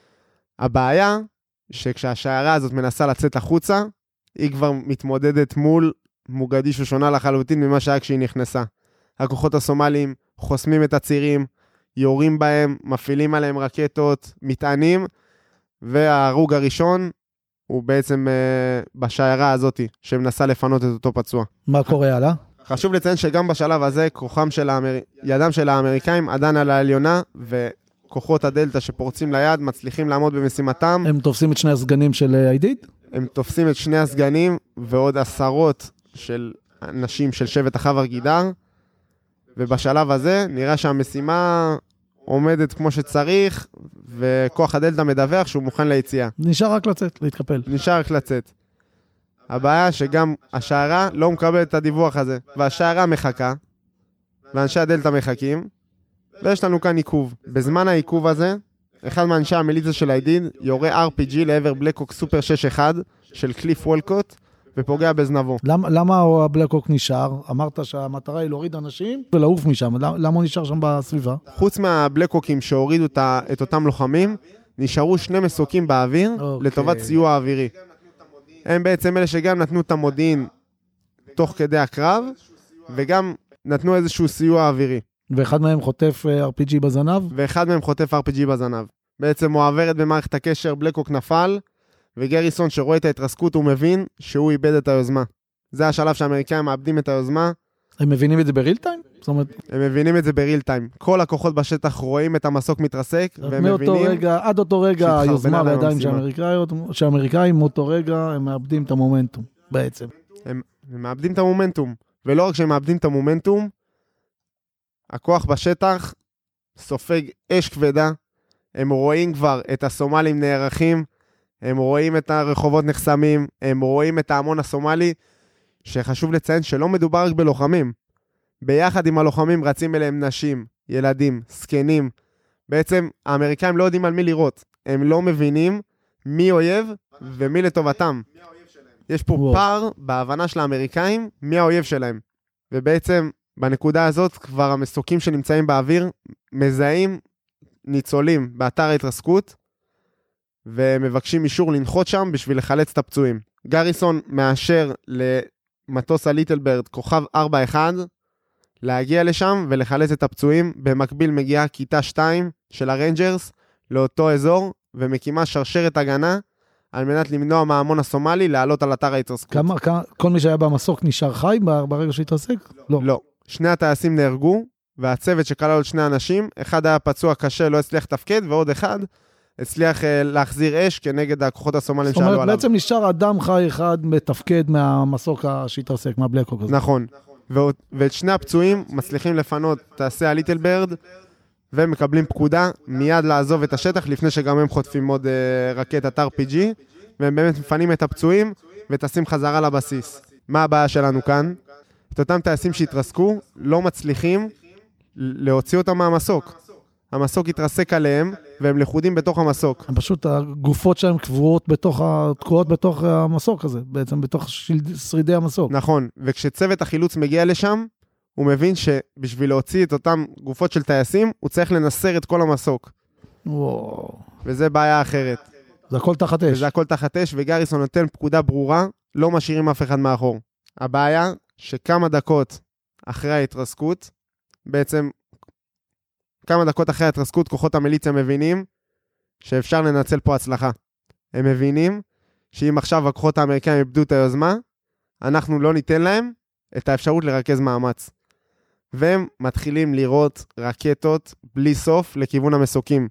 הבעיה, שכשהשיירה הזאת מנסה לצאת החוצה, היא כבר מתמודדת מול מוגדישו שונה לחלוטין ממה שהיה כשהיא נכנסה. הכוחות הסומליים חוסמים את הצירים, יורים בהם, מפעילים עליהם רקטות, מטענים, וההרוג הראשון הוא בעצם uh, בשיירה הזאת שמנסה לפנות את אותו פצוע. מה קורה הלאה? חשוב לציין שגם בשלב הזה, כוחם של האמר... ידם של האמריקאים עדיין על העליונה, וכוחות הדלטה שפורצים ליד מצליחים לעמוד במשימתם. הם תופסים את שני הסגנים של עידית? הם תופסים את שני הסגנים, ועוד עשרות של אנשים של שבט החבר גידר, ובשלב הזה נראה שהמשימה עומדת כמו שצריך, וכוח הדלטה מדווח שהוא מוכן ליציאה. נשאר רק לצאת, להתקפל. נשאר רק לצאת. הבעיה שגם השיירה לא מקבלת את הדיווח הזה, והשיירה מחכה, ואנשי הדלטה מחכים, ויש לנו כאן עיכוב. בזמן העיכוב הזה, אחד מאנשי המיליציה של הידיד יורה אר פי ג'י לעבר בלקוק סופר שש אחד של קליף וולקוט, ופוגע בזנבו. למה, למה הבלקוק נשאר? אמרת שהמטרה היא להוריד אנשים ולעוף משם. למה הוא נשאר שם בסביבה? חוץ מהבלקוקים שהורידו את אותם לוחמים, נשארו שני מסוקים באוויר okay. לטובת סיוע האווירי. הם בעצם אלה שגם נתנו את המודיעין תוך כדי הקרב, וגם נתנו איזשהו סיוע האווירי. ואחד מהם חוטף אר פי ג'י בזנב? ואחד מהם חוטף אר פי ג'י בזנב. בעצם מועברת במערכת הקשר, בלקוק נפל, וגריסון שרואה את ההתרסקות הוא מבין שהוא איבד את היוזמה. זה השלב שהאמריקאים מאבדים את היוזמה. הם מבינים את זה בריל טיים? זאת אומרת... הם מבינים את זה בריל טיים. כל הכוחות בשטח רואים את המסוק מתרסק, והם מבינים... רגע, עד אותו רגע היוזמה בידיים של האמריקאים, מאותו רגע הם מאבדים את המומנטום, בעצם. הם, הם מאבדים את המומנטום, ולא רק שהם מאבדים את המומנטום, הכוח בשטח סופג אש כבדה, הם רואים כבר את הסומלים נערכים, הם רואים את הרחובות נחסמים, הם רואים את ההמון הסומלי, שחשוב לציין שלא מדובר רק בלוחמים. ביחד עם הלוחמים רצים אליהם נשים, ילדים, סקנים. בעצם האמריקאים לא יודעים על מי לראות. הם לא מבינים מי אויב ומי לטובתם. יש פה וואו. פער בהבנה של האמריקאים מי האויב שלהם. ובעצם בנקודה הזאת כבר המסוקים שנמצאים באוויר מזהים ניצולים באתר ההתרסקות ומבקשים אישור לנחות שם בשביל לחלץ את הפצועים. גריסון מאשר למטוס הליטלברד כוכב ארבע אחד להגיע לשם ולחלץ את הפצועים. במקביל מגיעה כיתה שתיים של הרנג'רס לאותו אזור ומקימה שרשרת הגנה על מנת למנוע מההמון הסומלי לעלות על אתר ההתרסקות. כמה, כמה, כל מי שהיה במסוק נשאר חי ברגע שהתרסק? לא. לא. שני הטייסים נהרגו, והצוות שכלל עוד שני אנשים, אחד היה פצוע קשה, לא הצליח תפקד, ועוד אחד הצליח אה, להחזיר אש כנגד הכוחות הסומלים שעלו עליו. זאת אומרת, בעצם נשאר אדם חי אחד מתפקד מהמסוק שהתרסק, מהבלקהוק הזה. נכון. ואת, ואת שני הפצועים מצליחים לפנות טייסי הליטלברד, ומקבלים פקודה מיד לעזוב את השטח, לפני שגם הם חוטפים עוד אה, רקטת אר פי ג'י, והם באמת מפנים את הפצועים, וטסים חזרה לבסיס. מה הבעיה שלנו כאן? את אותם טייסים שהתרסקו, לא מצליחים להוציא אותם מהמסוק. המסוק התרסק עליהם, והם לכודים בתוך המסוק. הם פשוט, הגופות שלהם קבועות בתוך, תקועות בתוך המסוק הזה, בעצם בתוך שרידי המסוק. נכון, וכשצוות החילוץ מגיע לשם, הוא מבין שבשביל להוציא את אותם גופות של טייסים, הוא צריך לנסר את כל המסוק. וואו. וזה בעיה אחרת. זה הכל תחת אש. וזה הכל תחת אש, וגריסון נותן פקודה ברורה, לא משאירים אף אחד מאחור. הבעיה שכמה דקות אחרי ההתרסקות, בעצם כמה דקות אחרי ההתרסקות, כוחות המיליציה מבינים שאפשר לנצל פה הצלחה. הם מבינים שאם עכשיו הכוחות האמריקאים איבדו את היוזמה, אנחנו לא ניתן להם את האפשרות לרכז מאמץ. והם מתחילים לראות רקטות בלי סוף לכיוון המסוקים.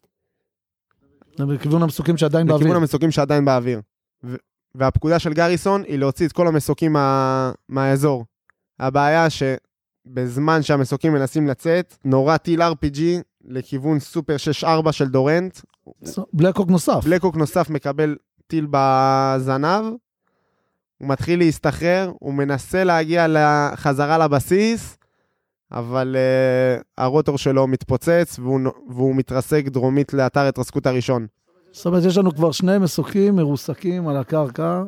לכיוון המסוקים שעדיין באוויר. לכיוון המסוקים שעדיין באוויר. ו- והפקודה של גריסון היא להוציא את כל המסוקים מה- מהאזור. הבעיה שבזמן שהמסוקים מנסים לצאת, נורא טיל אר פי ג'י לכיוון סופר שש ארבע של דורנט. בלקהוק נוסף. בלקהוק נוסף מקבל טיל בזנב, הוא מתחיל להסתחרר, הוא מנסה להגיע חזרה לבסיס, אבל uh, הרוטור שלו מתפוצץ, והוא, והוא מתרסק דרומית לאתר התרסקות הראשון. זאת אומרת, יש לנו כבר שני מסוקים מרוסקים על הקרקע,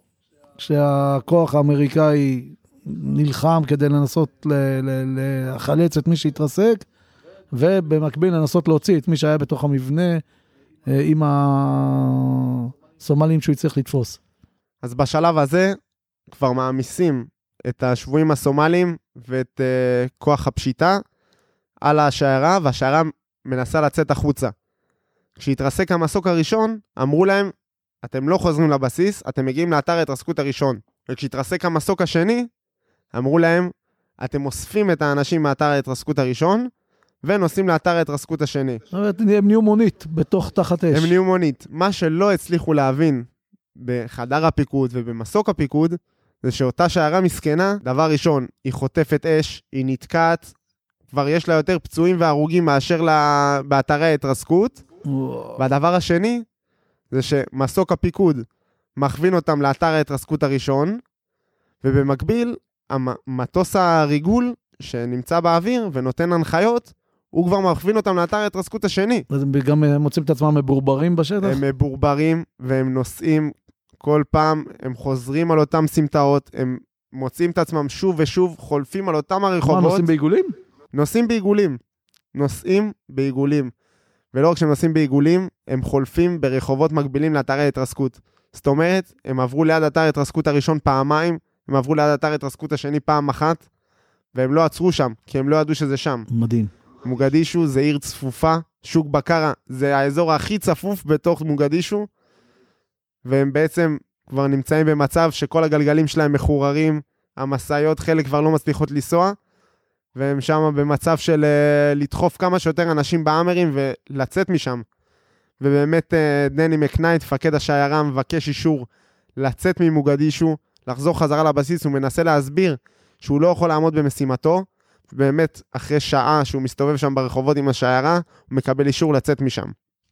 שהכוח האמריקאי נלחם כדי לנסות לחלץ את מי שהתרסק, ובמקביל לנסות להוציא את מי שהיה בתוך המבנה, עם הסומלים שהוא יצטרך לתפוס. אז בשלב הזה כבר מעמיסים את השבויים הסומלים ואת uh, כוח הפשיטה על השיירה, והשיירה מנסה לצאת החוצה. כשהתרסק המסוק הראשון, אמרו להם, אתם לא חוזרים לבסיס, אתם מגיעים לאתר ההתרסקות הראשון. וכשהתרסק המסוק השני, אמרו להם, אתם אוספים את האנשים מאתר ההתרסקות הראשון, ונוסעים לאתר ההתרסקות השני. זאת אומרת, הם נהיו מונית בתוך תחת אש. הם נהיו מונית. מה שלא הצליחו להבין בחדר הפיקוד ובמסוק הפיקוד, זה שאותה שיירה מסכנה, דבר ראשון, היא חוטפת אש, היא נתקעת, כבר יש לה יותר פצועים והרוגים מאשר לה... באתרי ההתרסקות. וואו. והדבר השני, זה שמסוק הפיקוד מכווין אותם לאתר ההתרסקות הראשון, ובמקביל, המטוס הריגול שנמצא באוויר ונותן הנחיות, הוא כבר מכווין אותם לאתר ההתרסקות השני. אז הם גם מוצאים את עצמם מבורברים בשטח? הם מבורברים והם נוסעים כל פעם, הם חוזרים על אותם סמטאות, הם מוצאים את עצמם שוב ושוב, חולפים על אותם הרחובות. מה, נוסעים בעיגולים? נוסעים בעיגולים. נוסעים בעיגולים. ולא רק שהם נוסעים בעיגולים, הם חולפים ברחובות מקבילים לאתר ההתרסקות. זאת אומרת, הם עברו ליד אתר ההתרסקות הראשון פעמיים, הם עברו ליד אתר ההתרסקות השני פעם אחת, והם לא עצרו שם, כי הם לא ידעו שזה שם. מדהים. מוגדישו זה עיר צפופה, שוק בקרה, זה האזור הכי צפוף בתוך מוגדישו, והם בעצם כבר נמצאים במצב שכל הגלגלים שלהם מחוררים, המסעיות חלק כבר לא מצליחות לנסוע, והם שם במצב של uh, לדחוף כמה שיותר אנשים באמרים ולצאת משם. ובאמת uh, דני מקנייט, פקד השיירה, מבקש אישור לצאת ממוגדישו, לחזור חזרה לבסיס, הוא מנסה להסביר שהוא לא יכול לעמוד במשימתו, באמת אחרי שעה שהוא מסתובב שם ברחובות עם השיירה, הוא מקבל אישור לצאת משם.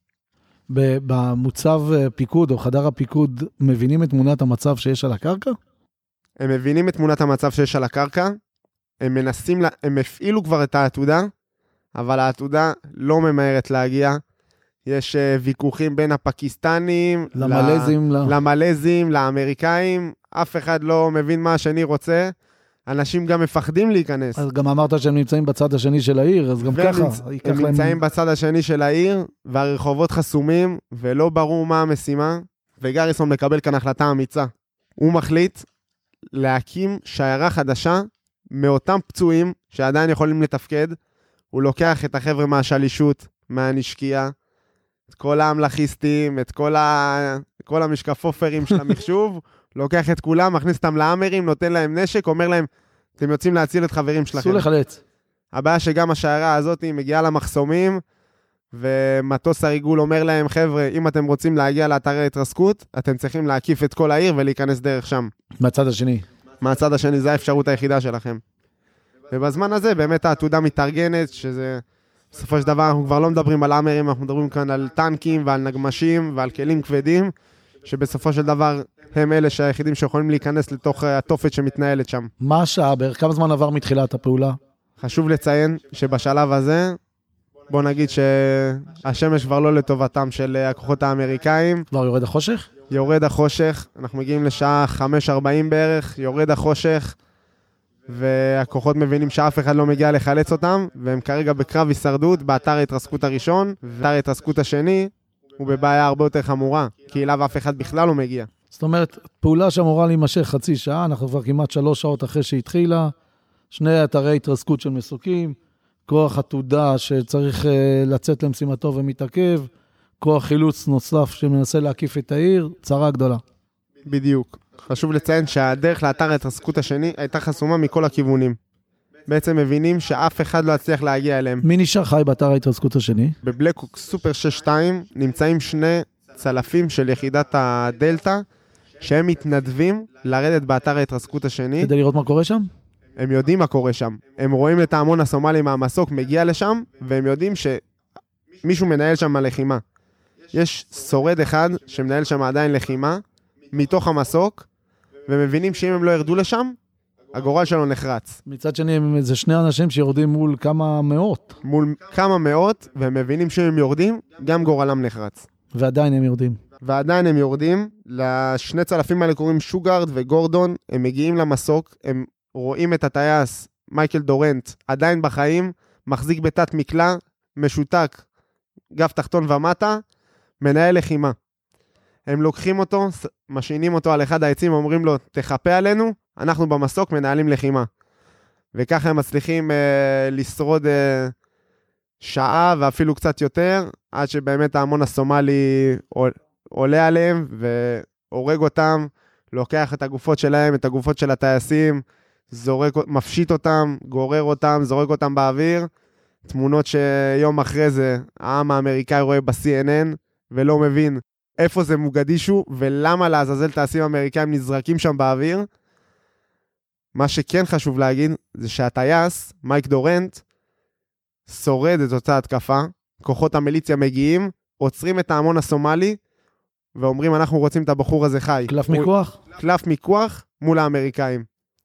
במוצב פיקוד או חדר הפיקוד מבינים את תמונת המצב שיש על הקרקע? הם מבינים את תמונת המצב שיש על הקרקע, הם מנסים, לה, הם הפעילו כבר את העתודה, אבל העתודה לא ממהרת להגיע. יש ויכוחים בין הפקיסטנים, למלזים, ל... למלזים, לאמריקאים, אף אחד לא מבין מה השני רוצה, אנשים גם מפחדים להיכנס. אז גם אמרת שהם נמצאים בצד השני של העיר, אז גם ככה. הם נמצאים להם... בצד השני של העיר, והרחובות חסומים, ולא ברור מה המשימה, וגריסון מקבל כאן החלטה אמיצה. הוא מחליט להקים שיירה חדשה, מאותם פצועים שעדיין יכולים לתפקד, הוא לוקח את החבר'ה מהשלישות, מהנשקייה, את כל האמלכיסטים, את כל, ה... כל המשקפופרים של המחשוב, לוקח את כולם, מכניס אותם לאמרים, נותן להם נשק, אומר להם, אתם יוצאים להציל את חברים שלכם. סעו לחלץ. הבעיה שגם השיירה הזאת מגיעה למחסומים, ומטוס הריגול אומר להם, חבר'ה, אם אתם רוצים להגיע לאתרי התרסקות, אתם צריכים להקיף את כל העיר ולהיכנס דרך שם. מהצד השני. מהצד השני, זה האפשרות היחידה שלכם. ובזמן הזה באמת העתודה מתארגנת, שזה בסופו של דבר אנחנו כבר לא מדברים על אמרים, אנחנו מדברים כאן על טנקים ועל נגמשים ועל כלים כבדים, שבסופו של דבר הם אלה שהיחידים שיכולים להיכנס לתוך התופת שמתנהלת שם. מה השעה? בערך כמה זמן עבר מתחילת הפעולה? חשוב לציין שבשלב הזה, בוא נגיד שהשמש כבר לא לטובתם של הכוחות האמריקאים. כבר יורד החושך? יורד החושך, אנחנו מגיעים לשעה חמש ארבעים בערך, יורד החושך, והכוחות מבינים שאף אחד לא מגיע לחלץ אותם, והם כרגע בקרב הישרדות באתר ההתרסקות הראשון, ואתר ההתרסקות השני הוא בבעיה הרבה יותר חמורה, כי אליו אף אחד בכלל לא מגיע. זאת אומרת, פעולה שאמורה להימשך חצי שעה, אנחנו כבר כמעט שלוש שעות אחרי שהתחילה, שני אתרי התרסקות של מסוקים, כוח עתודה שצריך uh, לצאת למשימתו ומתעכב, כוח חילוץ נוסף שמנסה להקיף את העיר, צרה גדולה. בדיוק. חשוב לציין שהדרך לאתר ההתרסקות השני הייתה חסומה מכל הכיוונים. בעצם מבינים שאף אחד לא הצליח להגיע אליהם. מי נשאר חי באתר ההתרסקות השני? בבלקהוק סופר שש שתיים נמצאים שני צלפים של יחידת הדלטה, שהם מתנדבים לרדת באתר ההתרסקות השני. כדי לראות מה קורה שם? הם יודעים מה קורה שם. הם רואים את ההמון הסומלי מהמסוק מגיע לשם, והם יודעים שמישהו מנהל שם הלחימה. יש שורד אחד שמנהל שם עדיין לחימה, מתוך המסוק, ומבינים שאם הם לא ירדו לשם, הגורל שלו נחרץ. מצד שני, זה שני אנשים שיורדים מול כמה מאות. מול כמה מאות, והם מבינים שאם הם יורדים, גם גורלם נחרץ. ועדיין הם יורדים. ועדיין הם יורדים. לשני צלפים האלה קוראים שוגארד וגורדון, הם מגיעים למסוק, הם רואים את הטייס, מייקל דורנט, עדיין בחיים, מחזיק בתת מקלה, משותק, גב תחתון ומטה, מנהל לחימה. הם לוקחים אותו, משינים אותו על אחד העצים, אומרים לו, תחפה עלינו, אנחנו במסוק מנהלים לחימה. וככה הם מצליחים אה, לשרוד אה, שעה ואפילו קצת יותר, עד שבאמת ההמון הסומלי עולה עליהם והורג אותם, לוקח את הגופות שלהם, את הגופות של הטייסים, זורק, מפשיט אותם, גורר אותם, זורק אותם באוויר. תמונות שיום אחרי זה העם האמריקאי רואה ב-סי אן אן ולא מבין איפה זה מוגדישו ולמה לעזאזל טייסים אמריקאים נזרקים שם באוויר. מה שכן חשוב להגיד זה שהטייס, מייק דורנט, שורד את אותה התקפה, כוחות המיליציה מגיעים, עוצרים את ההמון הסומלי, ואומרים אנחנו רוצים את הבחור הזה חי. קלף מיקוח? קלף מיקוח מול האמריקאים.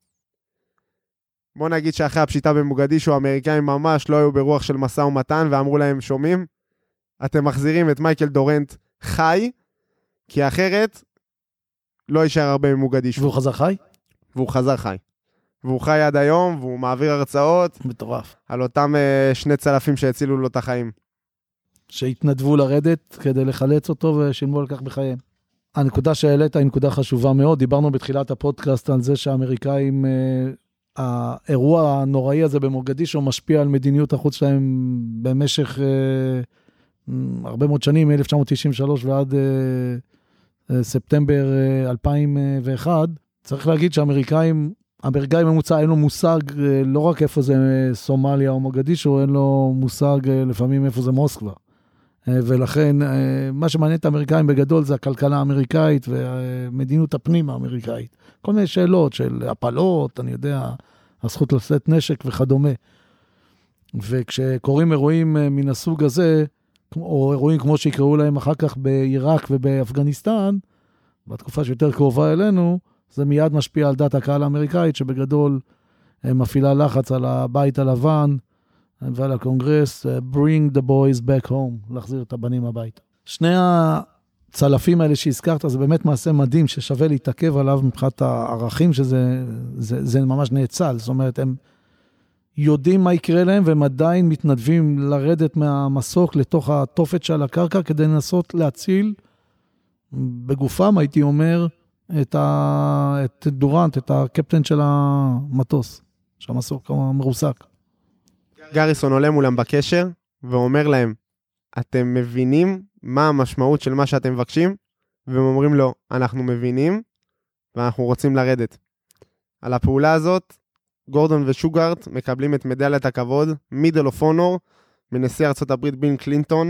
בוא נגיד שאחרי הפשיטה במוגדישו, האמריקאים ממש לא היו ברוח של מסע ומתן, ואמרו להם שומעים, אתם מחזירים את מייקל דורנט חי, כי אחרת לא יישאר הרבה במוגדישו. והוא חזר חי? והוא חזר חי. והוא חי עד היום, והוא מעביר הרצאות. מטורף. על אותם uh, שני צלפים שהצילו לו את החיים. שהתנדבו לרדת כדי לחלץ אותו ושילמו על כך בחייהם. הנקודה שהעלית היא נקודה חשובה מאוד. דיברנו בתחילת הפודקאסט על זה שהאמריקאים, uh, האירוע הנוראי הזה במוגדישו משפיע על מדיניות החוץ שלהם במשך uh, הרבה מאוד שנים, מ-אלף תשע מאות תשעים ושלוש ועד uh, uh, ספטמבר uh, אלפיים ואחת. צריך להגיד שהאמריקאים, האמריקאי ממוצע אין לו מושג לא רק איפה זה סומליה או מוגדישו, אין לו מושג לפעמים איפה זה מוסקבה. ולכן מה שמעניין את האמריקאים בגדול זה הכלכלה האמריקאית ומדינות הפנים האמריקאית. כל מיני שאלות של הפלות, אני יודע, הזכות לשאת נשק וכדומה. וכשקוראים אירועים מן הסוג הזה, או אירועים כמו שיקראו להם אחר כך בעיראק ובאפגניסטן, בתקופה שיותר קרובה אלינו, זה מיד משפיע על דת הקהל האמריקאית, שבגדול מפעילה לחץ על הבית הלבן, ועל הקונגרס, bring the boys back home, להחזיר את הבנים הביתה. שני הצלפים האלה שהזכרת, זה באמת מעשה מדהים ששווה להתעכב עליו מבחינת הערכים, שזה זה, זה ממש נאצל. זאת אומרת, הם יודעים מה יקרה להם, והם עדיין מתנדבים לרדת מהמסוק לתוך התופת של הקרקע, כדי לנסות להציל בגופם, הייתי אומר, את, ה, את דורנט, את הקפטן של המטוס, שהמסוק מרוסק. גריסון עולה מולם בקשר, ואומר להם, אתם מבינים מה המשמעות של מה שאתם מבקשים? והם אומרים לו, אנחנו מבינים, ואנחנו רוצים לרדת. על הפעולה הזאת, גורדון ושוגארט מקבלים את מדליית הכבוד, מידל אוף אונור, מנשיא ארצות הברית ביל קלינטון,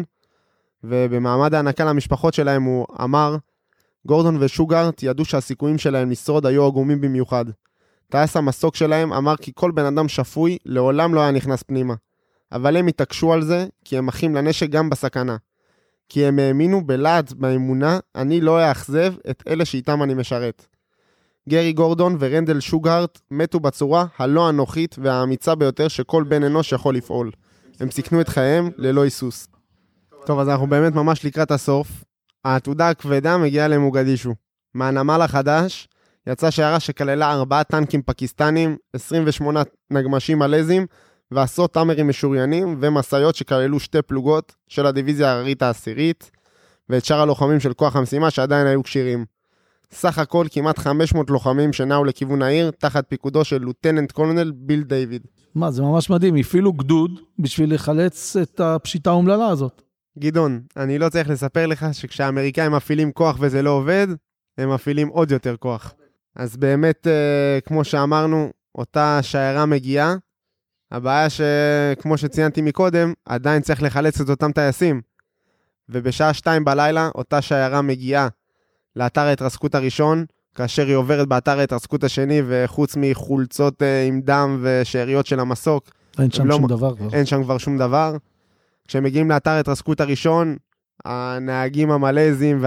ובמעמד הענקה למשפחות שלהם הוא אמר, גורדון ושוגארט ידעו שהסיכויים שלהם לשרוד היו עגומים במיוחד. טייס המסוק שלהם אמר כי כל בן אדם שפוי לעולם לא היה נכנס פנימה. אבל הם התעקשו על זה כי הם אחים לנשק גם בסכנה. כי הם האמינו בלעד באמונה, אני לא אאכזב את אלה שאיתם אני משרת. גרי גורדון ורנדל שוגארט מתו בצורה הלא אנוכית והאמיצה ביותר שכל בן אנוש יכול לפעול. הם סיכנו את חייהם ללא היסוס. טוב, אז אנחנו באמת ממש לקראת הסוף. העתודה הכבדה מגיעה למוגדישו. מהנמל החדש יצא שיירה שכללה ארבעה טנקים פקיסטנים, עשרים ושמונה נגמשים מלזים, ועשרות טאמרים משוריינים, ומסעיות שכללו שתי פלוגות של הדיוויזיה ההררית העשירית, ואת שאר הלוחמים של כוח המשימה שעדיין היו קשירים. סך הכל כמעט חמש מאות לוחמים שנעו לכיוון העיר, תחת פיקודו של לוטננט קולונל ביל דיוויד. מה, זה ממש מדהים, אפילו גדוד בשביל לחלץ את הפשיטה האומללה הזאת. גדעון, אני לא צריך לספר לך שכשהאמריקאים מפעילים כוח וזה לא עובד, הם מפעילים עוד יותר כוח. אז באמת, כמו שאמרנו, אותה שיירה מגיעה, הבעיה שכמו שציינתי מקודם, עדיין צריך לחלץ את אותם טייסים. ובשעה שתיים בלילה, אותה שיירה מגיעה לאתר ההתרסקות הראשון, כאשר היא עוברת באתר ההתרסקות השני, וחוץ מחולצות עם דם ושאריות של המסוק, אין שם לא, שום דבר כבר. אין שם כבר שום דבר. כשהם מגיעים לאתר ההתרסקות הראשון, הנהגים המלזים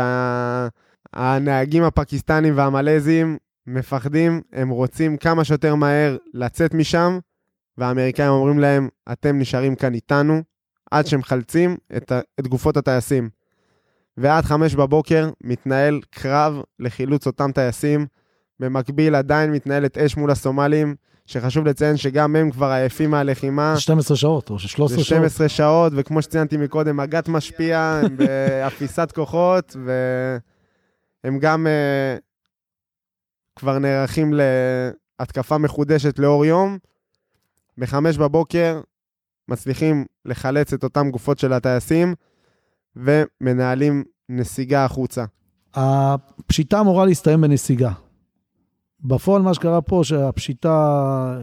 והנהגים הפקיסטנים והמלזים מפחדים, הם רוצים כמה שיותר מהר לצאת משם, והאמריקאים אומרים להם, אתם נשארים כאן איתנו, עד שהם חלצים את, את גופות הטייסים. ועד חמש בבוקר מתנהל קרב לחילוץ אותם טייסים, במקביל עדיין מתנהלת אש מול הסומלים, שחשוב לציין שגם הם כבר עייפים מהלחימה. שתים עשרה שעות או שלוש עשרה שעות. שתים עשרה שעות, וכמו שציינתי מקודם, הגת משפיע, הם באפיסת כוחות, והם גם uh, כבר נערכים להתקפה מחודשת לאור יום. בחמש בבוקר מצליחים לחלץ את אותם גופות של הטייסים, ומנהלים נסיגה החוצה. הפשיטה אמורה להסתיים בנסיגה. בפועל מה שקרה פה, שהפשיטה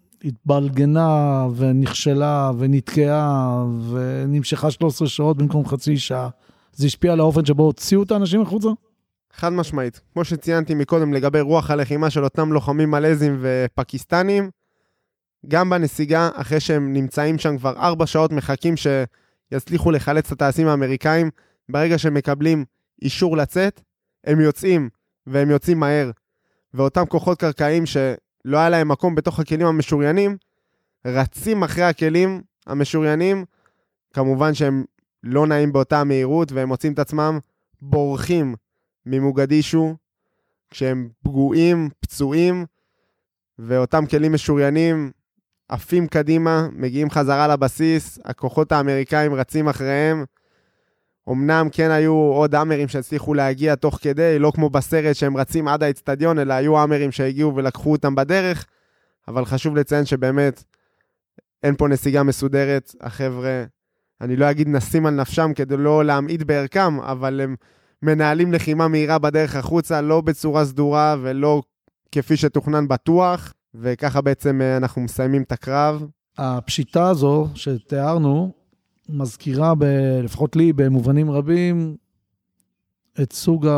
התבלגנה ונכשלה ונתקעה ונמשכה שלוש עשרה שעות במקום חצי שעה, זה השפיע על האופן שבו הוציאו את האנשים החוצה? חד משמעית. כמו שציינתי מקודם לגבי רוח הלחימה של אותם לוחמים מלזים ופקיסטנים, גם בנסיגה, אחרי שהם נמצאים שם כבר ארבע שעות מחכים שיצליחו לחלץ את הטייסים האמריקאים, ברגע שהם מקבלים אישור לצאת, הם יוצאים, והם יוצאים מהר. ואותם כוחות קרקעיים שלא היה להם מקום בתוך הכלים המשוריינים, רצים אחרי הכלים המשוריינים, כמובן שהם לא נעים באותה מהירות, והם מוצאים את עצמם בורחים ממוגדישו, כשהם פגועים, פצועים, ואותם כלים משוריינים עפים קדימה, מגיעים חזרה לבסיס, הכוחות האמריקאים רצים אחריהם, אמנם כן היו עוד אמרים שהצליחו להגיע תוך כדי, לא כמו בסרט שהם רצים עד האצטדיון, אלא היו אמרים שהגיעו ולקחו אותם בדרך, אבל חשוב לציין שבאמת אין פה נסיגה מסודרת, החבר'ה, אני לא אגיד נסים על נפשם כדי לא להמעיט בערכם, אבל הם מנהלים לחימה מהירה בדרך החוצה, לא בצורה סדורה ולא כפי שתוכנן בטוח, וככה בעצם אנחנו מסיימים את הקרב. הפשיטה הזו שתיארנו, מזכירה, ב, לפחות לי, במובנים רבים, את סוג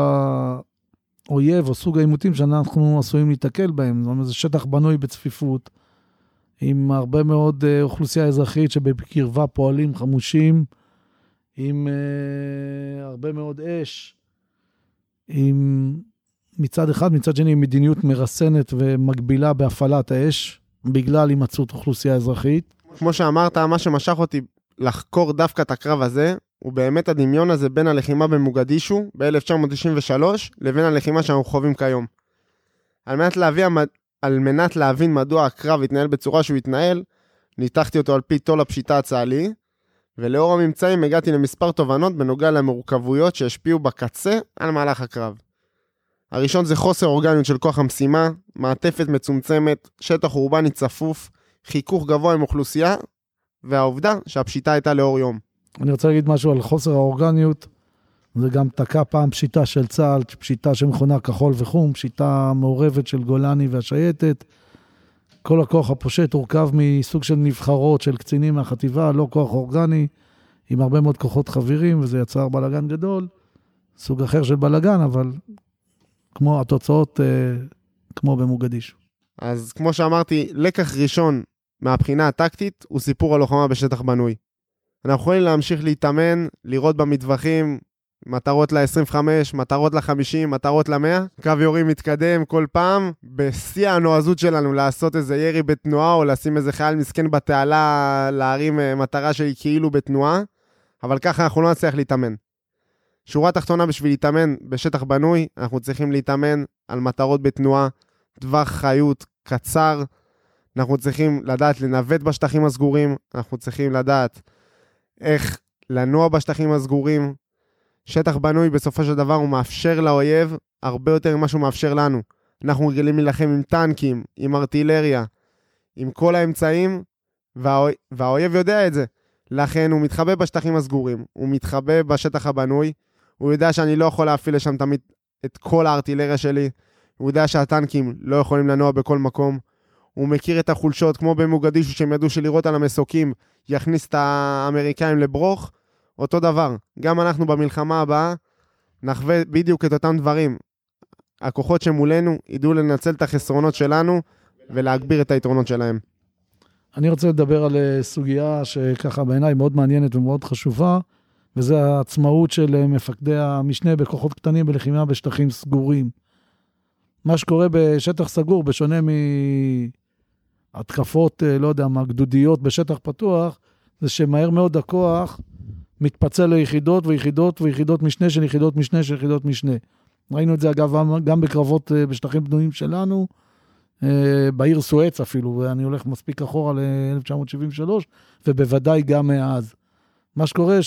האויב או סוג האימותים שאנחנו עשויים להתקל בהם. זאת אומרת, זה שטח בנוי בצפיפות, עם הרבה מאוד אוכלוסייה אזרחית שבקרבה פועלים חמושים, עם uh, הרבה מאוד אש, עם מצד אחד, מצד שני, מדיניות מרסנת ומגבילה בהפעלת האש, בגלל הימצאות אוכלוסייה אזרחית. כמו שאמרת, מה שמשך אותי לחקור דווקא את הקרב הזה, הוא באמת הדמיון הזה בין הלחימה במוגדישו ב-אלף תשע מאות תשעים ושלוש לבין הלחימה שאנחנו חווים כיום. על מנת להביא, על מנת להבין מדוע הקרב התנהל בצורה שהוא התנהל, ניתחתי אותו על פי תול הפשיטה הצה"לי, ולאור הממצאים הגעתי למספר תובנות בנוגע למורכבויות שהשפיעו בקצה על מהלך הקרב. הראשון זה חוסר אורגניות של כוח המשימה, מעטפת מצומצמת, שטח אורבני צפוף, חיכוך גבוה עם אוכלוסייה, והעובדה שהפשיטה הייתה לאור יום. אני רוצה להגיד משהו על חוסר האורגניות, זה גם תקע פעם פשיטה של צה"ל, פשיטה שמכונה כחול וחום, פשיטה מעורבת של גולני והשייטת, כל הכוח הפושט הורכב מסוג של נבחרות של קצינים מהחטיבה, לא כוח אורגני, עם הרבה מאוד כוחות חבירים, וזה יצר בלגן גדול, סוג אחר של בלגן, אבל כמו התוצאות, כמו במוגדישו. אז כמו שאמרתי, לקח ראשון מהבחינה הטקטית, הוא סיפור הלוחמה בשטח בנוי. אנחנו יכולים להמשיך להתאמן, לראות במטווחים, מטרות ל-עשרים וחמש, מטרות ל-חמישים, מטרות ל-מאה. קו יורים מתקדם כל פעם, בשיא הנועזות שלנו לעשות איזה ירי בתנועה, או לשים איזה חייל מסכן בתעלה, להרים מטרה שהיא כאילו בתנועה, אבל ככה אנחנו לא נצליח להתאמן. שורה תחתונה בשביל להתאמן בשטח בנוי, אנחנו צריכים להתאמן על מטרות בתנועה, טווח חיות קצר, אנחנו צריכים לדעת לנווט בשטחים הסגורים, אנחנו צריכים לדעת איך לנוע בשטחים הסגורים. שטח בנוי בסופו של דבר הוא מאפשר לאויב הרבה יותר ממה שהוא מאפשר לנו. אנחנו רגילים להילחם עם טנקים, עם ארטילריה, עם כל האמצעים, והאו... והאויב יודע את זה. לכן הוא מתחבא בשטחים הסגורים, הוא מתחבא בשטח הבנוי, הוא יודע שאני לא יכול להפעיל לשם תמיד את כל הארטילריה שלי, הוא יודע שהטנקים לא יכולים לנוע בכל מקום, הוא מכיר את החולשות כמו במוגדישו שהם ידעו שלירות על המסוקים יכניס את האמריקאים לברוך, אותו דבר, גם אנחנו במלחמה הבאה נחווה בדיוק את אותם דברים. הכוחות שמולנו ידעו לנצל את החסרונות שלנו ולהגביר את היתרונות שלהם. אני רוצה לדבר על סוגיה שככה בעיניי מאוד מעניינת ומאוד חשובה, וזה העצמאות של מפקדי המשנה בכוחות קטנים בלחימה בשטחים סגורים. מה שקורה בשטח סגור, בשונה מהתקפות, לא יודע מה, גדודיות בשטח פתוח, זה שמהר מאוד הכוח מתפצל ליחידות ויחידות ויחידות משנה של יחידות משנה של יחידות משנה. ראינו את זה אגב גם בקרבות בשטחים בנויים שלנו, בעיר סואץ אפילו, ואני הולך מספיק אחורה ל-אלף תשע מאות שבעים ושלוש, ובוודאי גם מאז. מה שקורה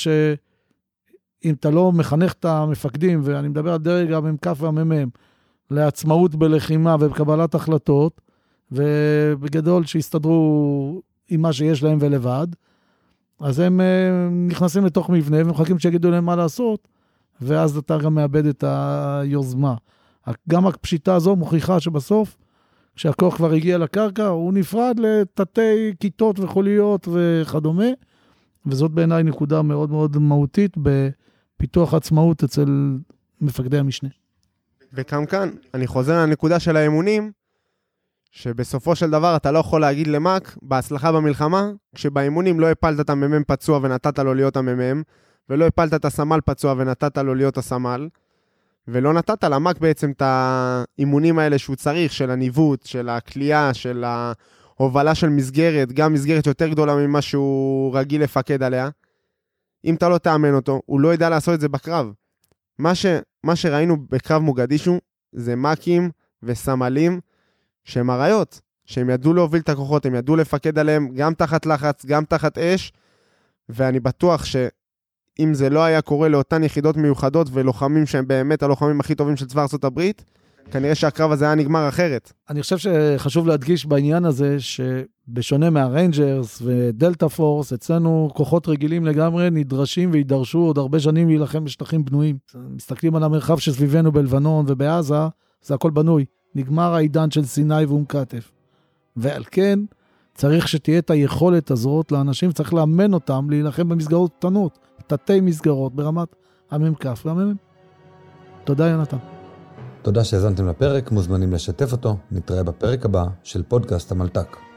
שאם אתה לא מחנך את המפקדים, ואני מדבר על דרג המ"כ והמ"מ, לעצמאות בלחימה ובקבלת החלטות, ובגדול שיסתדרו עם מה שיש להם ולבד, אז הם נכנסים לתוך מבנה ומחכים שיגידו להם מה לעשות, ואז אתה גם מאבד את היוזמה. גם הפשיטה הזו מוכיחה שבסוף, כשהכוח כבר הגיע לקרקע, הוא נפרד לתתי כיתות וחוליות וכדומה, וזאת בעיניי נקודה מאוד מאוד מהותית בפיתוח עצמאות אצל מפקדי המשנה. וכאן כאן, אני חוזר לנקודה של האמונים, שבסופו של דבר אתה לא יכול להגיד למק, בהצלחה במלחמה, כשבאימונים לא הפלת את המ"מ פצוע ונתת לו להיות המ"מ, ולא הפלת את הסמל פצוע ונתת לו להיות הסמל, ולא נתת למק בעצם את האימונים האלה שהוא צריך, של הניווט, של הכלייה, של ההובלה של מסגרת, גם מסגרת יותר גדולה ממה שהוא רגיל לפקד עליה. אם אתה לא תאמן אותו, הוא לא ידע לעשות את זה בקרב. מה, ש, מה שראינו בקרב מוגדישו, זה מקים וסמלים שהם הראיות, שהם ידעו להוביל את הכוחות, הם ידעו לפקד עליהם גם תחת לחץ, גם תחת אש, ואני בטוח שאם זה לא היה קורה לאותן יחידות מיוחדות ולוחמים שהם באמת הלוחמים הכי טובים של צבא ארצות הברית, כנראה שהקרב הזה היה נגמר אחרת. אני חושב שחשוב להדגיש בעניין הזה, שבשונה מהריינג'רס ודלטה פורס, אצלנו כוחות רגילים לגמרי נדרשים וידרשו עוד הרבה שנים להילחם בשטחים בנויים. מסתכלים על המרחב שסביבנו בלבנון ובעזה, זה הכל בנוי. נגמר העידן של סיני ואום כתף. ועל כן, צריך שתהיה את היכולת הזאת לאנשים, צריך לאמן אותם להילחם במסגרות קטנות, תתי מסגרות ברמת המ"כ והמ"מ. תודה יונתן. תודה שהזנתם לפרק, מוזמנים לשתף אותו, נתראה בפרק הבא של פודקאסט המלתק.